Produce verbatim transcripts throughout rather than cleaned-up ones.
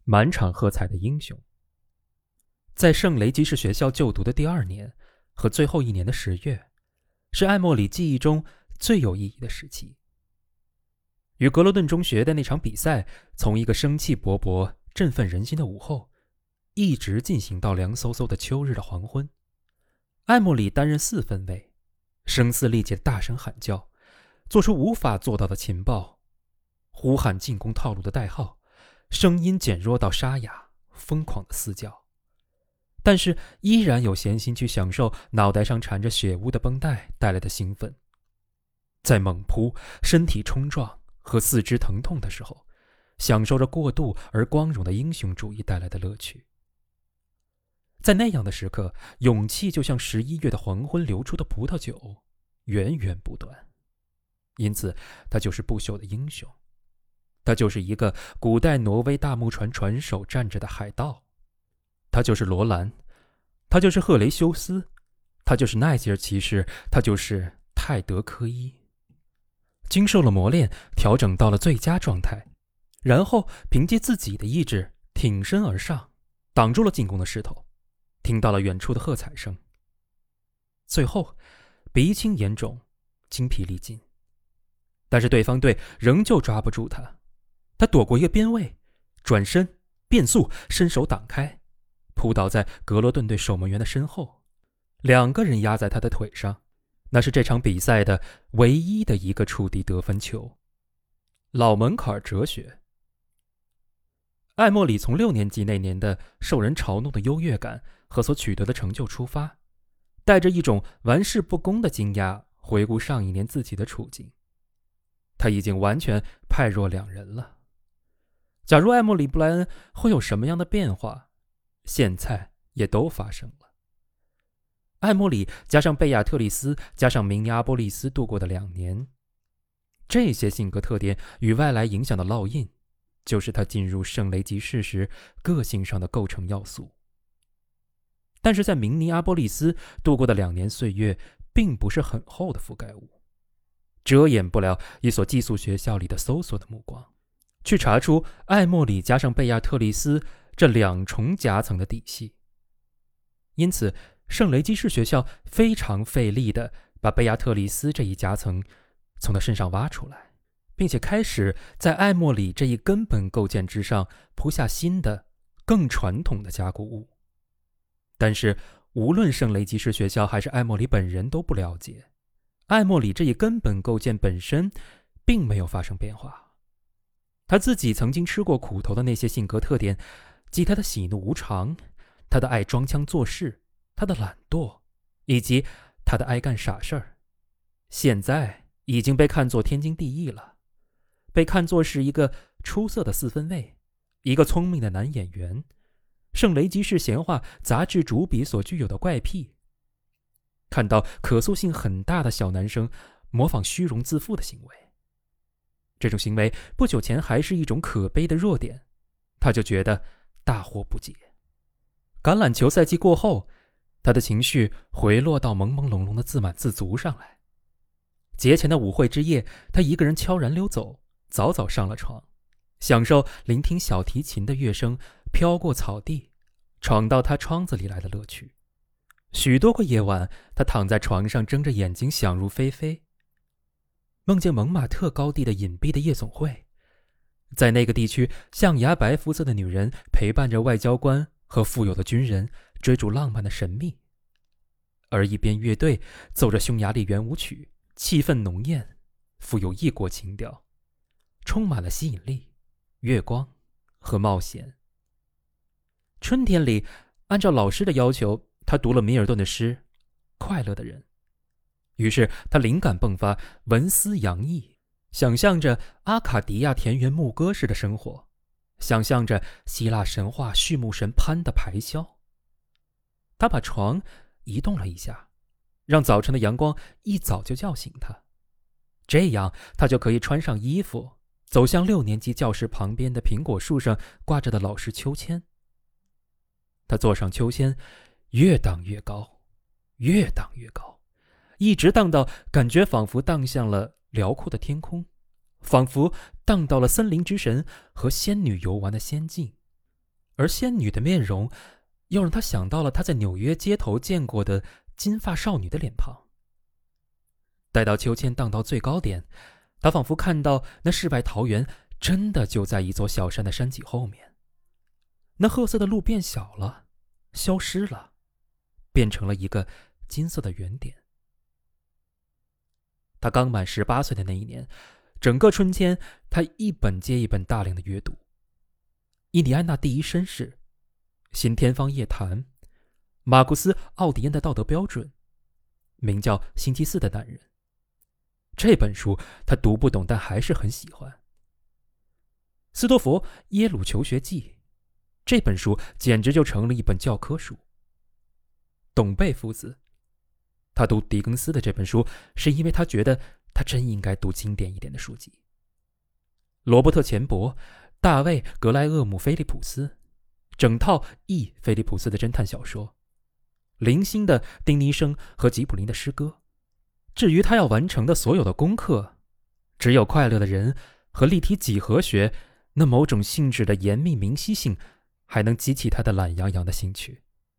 满场喝彩的英雄。在圣雷吉士学校就读的第二年和最后一年的十月，是艾莫里记忆中最有意义的时期。与格罗顿中学的那场比赛，从一个生气勃勃、振奋人心的午后，一直进行到凉飕飕的秋日的黄昏。艾莫里担任四分卫，声嘶力竭地大声喊叫，做出无法做到的情报，呼喊进攻套路的代号，声音减弱到沙哑，疯狂的嘶叫。但是依然有闲心去享受脑袋上缠着血污的绷带带来的兴奋，在猛扑、身体冲撞和四肢疼痛的时候，享受着过度而光荣的英雄主义带来的乐趣。在那样的时刻，勇气就像十一月的黄昏流出的葡萄酒，源源不断。因此他就是不朽的英雄，他就是一个古代挪威大木船船首站着的海盗，他就是罗兰，他就是赫雷修斯，他就是奈吉尔骑士，他就是泰德科伊。经受了磨练，调整到了最佳状态，然后凭借自己的意志挺身而上，挡住了进攻的势头，听到了远处的喝彩声。最后鼻青眼肿，精疲力尽，但是对方队仍旧抓不住他。他躲过一个边卫，转身变速，伸手挡开，扑倒在格罗顿队守门员的身后，两个人压在他的腿上。那是这场比赛的唯一的一个触地得分球。老门槛哲学。艾莫里从六年级那年的受人嘲弄的优越感和所取得的成就出发，带着一种玩世不恭的惊讶回顾上一年自己的处境。他已经完全判若两人了。假如艾莫里·布莱恩会有什么样的变化，现在也都发生了。艾莫里加上贝亚特利斯加上明尼阿波利斯度过的两年，这些性格特点与外来影响的烙印，就是他进入圣雷吉士时个性上的构成要素。但是在明尼阿波利斯度过的两年岁月并不是很厚的覆盖物，遮掩不了一所寄宿学校里的搜索的目光，去查出艾莫里加上贝亚特利斯这两重夹层的底细。因此圣雷基士学校非常费力地把贝亚特里斯这一夹层从他身上挖出来，并且开始在艾莫里这一根本构建之上铺下新的更传统的加固物。但是无论圣雷基士学校还是艾莫里本人都不了解，艾莫里这一根本构建本身并没有发生变化。他自己曾经吃过苦头的那些性格特点，即他的喜怒无常，他的爱装腔作势，他的懒惰，以及他的爱干傻事儿，现在已经被看作天经地义了，被看作是一个出色的四分卫，一个聪明的男演员，圣雷吉士闲话杂志主笔所具有的怪癖。看到可塑性很大的小男生模仿虚荣自负的行为，这种行为不久前还是一种可悲的弱点，他就觉得大惑不解。橄榄球赛季过后，他的情绪回落到朦朦胧胧的自满自足上来。节前的舞会之夜，他一个人悄然溜走，早早上了床，享受聆听小提琴的乐声飘过草地，闯到他窗子里来的乐趣。许多个夜晚，他躺在床上睁着眼睛想入非非，梦见蒙马特高地的隐蔽的夜总会，在那个地区，象牙白肤色的女人陪伴着外交官和富有的军人追逐浪漫的神秘，而一边乐队奏着匈牙利圆舞曲，气氛浓艳，富有异国情调，充满了吸引力、月光和冒险。春天里，按照老师的要求，他读了米尔顿的诗《快乐的人》，于是他灵感迸发，文思洋溢，想象着阿卡迪亚田园牧歌式的生活，想象着希腊神话畜牧神潘的排箫。他把床移动了一下，让早晨的阳光一早就叫醒他，这样他就可以穿上衣服，走向六年级教室旁边的苹果树上挂着的老式秋千。他坐上秋千，越荡越高，越荡越高，一直荡到感觉仿佛荡向了辽阔的天空，仿佛荡到了森林之神和仙女游玩的仙境。 而仙女的面容又让他想到了他在纽约街头见过的金发少女的脸庞。待到秋千荡到最高点，他仿佛看到那世外桃源真的就在一座小山的山脊后面。那褐色的路变小了，消失了，变成了一个金色的圆点。他刚满十八岁的那一年，整个春天他一本接一本大量的阅读。印第安纳第一绅士、新天方夜谭、马库斯·奥迪恩的道德标准、名叫星期四的男人。这本书他读不懂，但还是很喜欢。斯多佛耶鲁求学记，这本书简直就成了一本教科书。董贝父子，他读狄更斯的这本书，是因为他觉得他真应该读经典一点的书籍。罗伯特钱伯、大卫·格莱厄姆·菲利普斯，整套 E. 菲利普斯的侦探小说，零星的丁尼生和吉普林的诗歌。至于他要完成的所有的功课，只有快乐的人和立体几何学那某种性质的严密明晰性，还能激起他的懒洋洋的兴趣。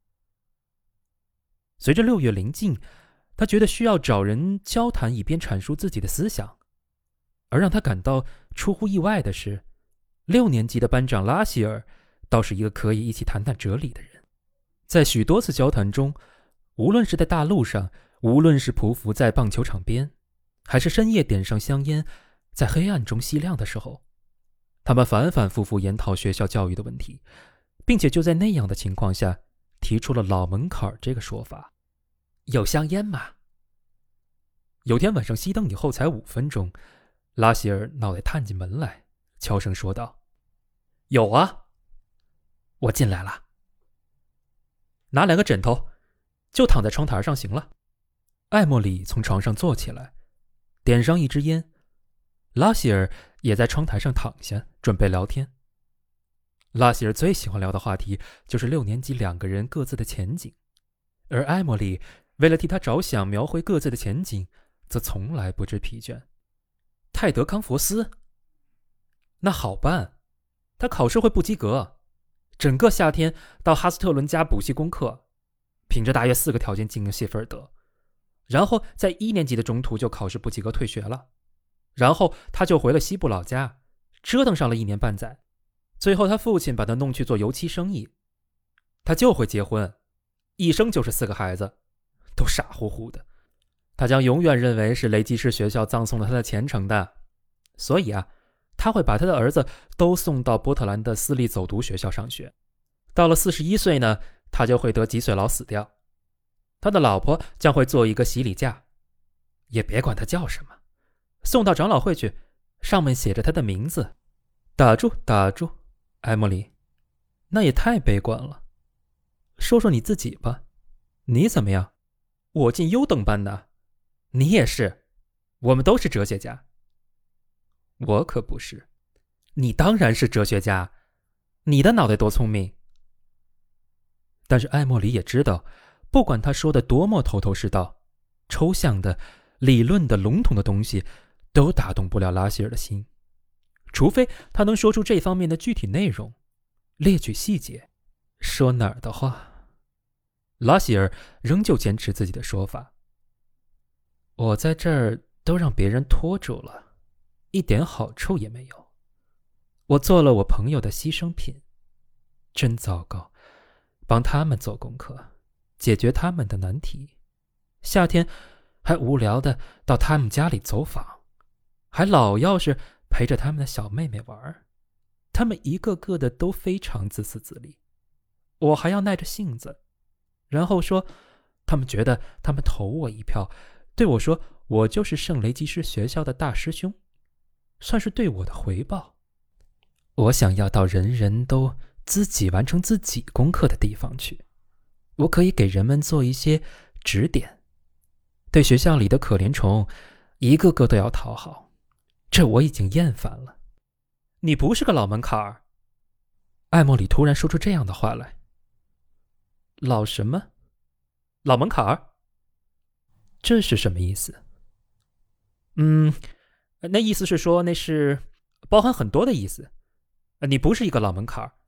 随着六月临近，他觉得需要找人交谈，以便阐述自己的思想。而让他感到出乎意外的是，六年级的班长拉希尔倒是一个可以一起谈谈哲理的人。在许多次交谈中，无论是在大路上，无论是匍匐在棒球场边，还是深夜点上香烟，在黑暗中熄亮的时候，他们反反复复研讨学校教育的问题，并且就在那样的情况下，提出了老门槛这个说法。有香烟吗？有天晚上熄灯以后才五分钟，拉希尔脑袋探进门来，悄声说道：有啊。我进来了。拿两个枕头，就躺在窗台上行了。艾莫里从床上坐起来，点上一支烟。拉希尔也在窗台上躺下，准备聊天。拉希尔最喜欢聊的话题就是六年级两个人各自的前景，而艾莫里为了替他着想描绘各自的前景，则从来不知疲倦。泰德·康佛斯，那好办，他考试会不及格，整个夏天到哈斯特伦家补习功课，凭着大约四个条件进了谢菲尔德，然后在一年级的中途就考试不及格退学了，然后他就回了西部老家，折腾上了一年半载，最后他父亲把他弄去做油漆生意，他就会结婚，一生就是四个孩子，都傻乎乎的。他将永远认为是雷吉士学校葬送了他的前程的，所以啊，他会把他的儿子都送到波特兰的私立走读学校上学。到了四十一岁呢，他就会得脊髓痨死掉。他的老婆将会做一个洗礼架，也别管他叫什么，送到长老会去，上面写着他的名字。打住打住，艾莫里，那也太悲观了。说说你自己吧，你怎么样？我进优等班的，你也是，我们都是哲学家。我可不是。你当然是哲学家，你的脑袋多聪明。但是艾莫里也知道，不管他说的多么头头是道，抽象的、理论的、笼统的东西都打动不了拉希尔的心，除非他能说出这方面的具体内容，列举细节。说哪儿的话，拉希尔仍旧坚持自己的说法。我在这儿都让别人拖住了，一点好处也没有。我做了我朋友的牺牲品，真糟糕，帮他们做功课，解决他们的难题，夏天还无聊的到他们家里走访，还老要是陪着他们的小妹妹玩，他们一个个的都非常自私自利，我还要耐着性子，然后说他们觉得他们投我一票，对我说我就是圣雷吉士学校的大师兄，算是对我的回报。我想要到人人都自己完成自己功课的地方去，我可以给人们做一些指点，对学校里的可怜虫一个个都要讨好，这我已经厌烦了。你不是个老门槛儿。艾莫里突然说出这样的话来。老什么？老门槛儿？这是什么意思？嗯，那意思是说那是包含很多的意思。你不是一个老门槛儿，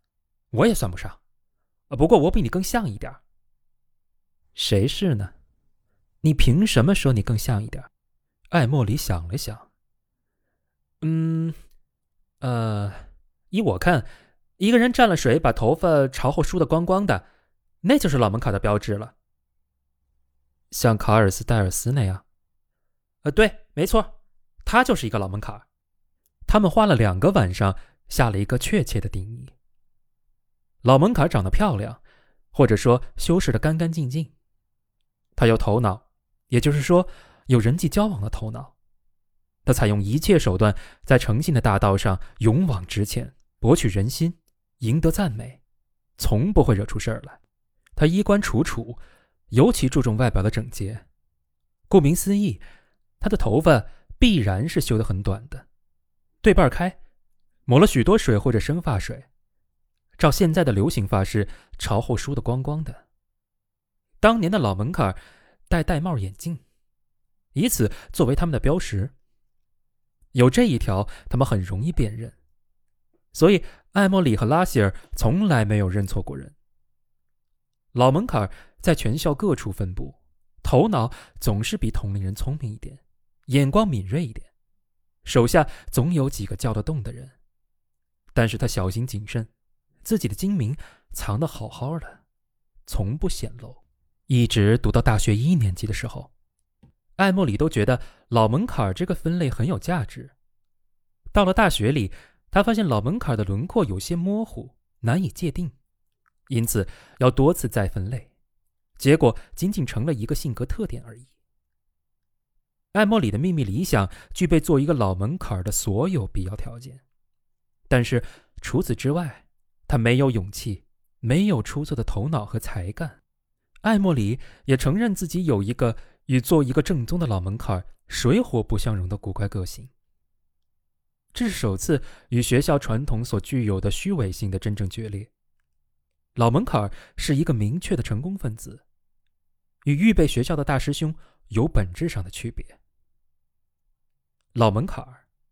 我也算不上，不过我比你更像一点。谁是呢？你凭什么说你更像一点？艾莫里想了想，嗯，呃，依我看，一个人沾了水把头发朝后梳得光光的，那就是老门槛的标志了。像卡尔斯戴尔斯那样？呃，对，没错，他就是一个老门槛。他们花了两个晚上下了一个确切的定义。老门槛长得漂亮，或者说修饰得干干净净。他有头脑，也就是说有人际交往的头脑。他采用一切手段在诚信的大道上勇往直前，博取人心，赢得赞美，从不会惹出事儿来。他衣冠楚楚，尤其注重外表的整洁。顾名思义，他的头发必然是修得很短的，对半开，抹了许多水或者生发水，照现在的流行发式朝后梳得光光的。当年的老门槛戴玳瑁眼镜，以此作为他们的标识。有这一条，他们很容易辨认，所以艾莫里和拉希尔从来没有认错过人。老门槛在全校各处分布，头脑总是比同龄人聪明一点，眼光敏锐一点，手下总有几个叫得动的人。但是他小心谨慎，自己的精明藏得好好的，从不显露。一直读到大学一年级的时候，艾莫里都觉得老门槛这个分类很有价值。到了大学里，他发现老门槛的轮廓有些模糊，难以界定，因此要多次再分类，结果仅仅成了一个性格特点而已。艾莫里的秘密理想具备做一个老门槛的所有必要条件，但是除此之外，他没有勇气，没有出色的头脑和才干。艾莫里也承认自己有一个与做一个正宗的老门槛水火不相容的古怪个性。这是首次与学校传统所具有的虚伪性的真正决裂。老门槛是一个明确的成功分子，与预备学校的大师兄有本质上的区别。老门槛：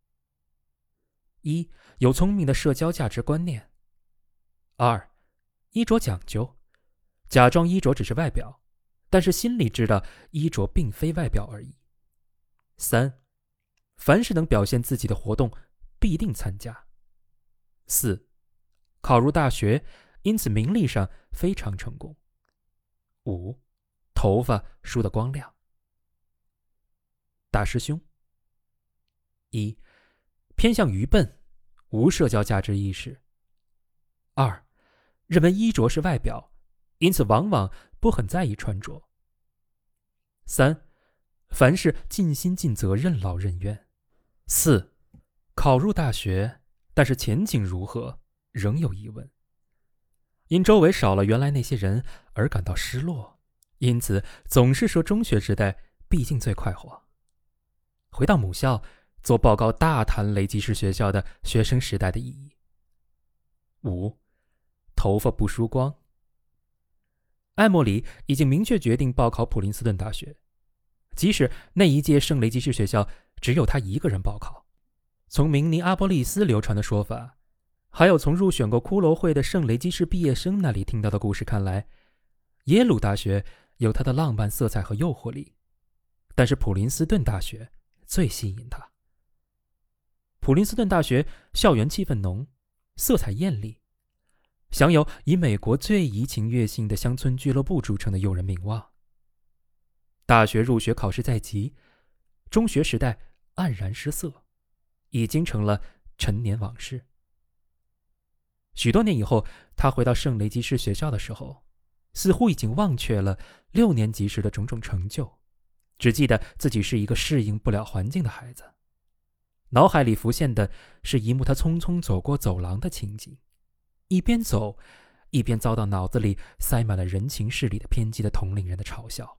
一、有聪明的社交价值观念；二、衣着讲究，假装衣着只是外表，但是心里知道衣着并非外表而已；三、凡是能表现自己的活动必定参加；四、考入大学，因此名利上非常成功；五、头发梳得光亮。大师兄：一、偏向愚笨，无社交价值意识；二、认为衣着是外表，因此往往不很在意穿着；三、凡事尽心尽责，任劳任怨；四、考入大学，但是前景如何仍有疑问，因周围少了原来那些人而感到失落，因此总是说中学时代毕竟最快活。回到母校做报告，大谈雷吉士学校的学生时代的意义。五、头发不梳光。艾莫里已经明确决定报考普林斯顿大学，即使那一届圣雷吉士学校只有他一个人报考。从明尼阿波利斯流传的说法，还有从入选过骷髅会的圣雷吉士毕业生那里听到的故事看来，耶鲁大学有它的浪漫色彩和诱惑力，但是普林斯顿大学最吸引他。普林斯顿大学校园气氛浓，色彩艳丽，享有以美国最怡情悦性的乡村俱乐部著称的诱人名望。大学入学考试在即，中学时代黯然失色，已经成了陈年往事。许多年以后，他回到圣雷吉士学校的时候，似乎已经忘却了六年级时的种种成就，只记得自己是一个适应不了环境的孩子。脑海里浮现的是一幕他匆匆走过走廊的情景，一边走一边遭到脑子里塞满了人情世理的偏激的同龄人的嘲笑。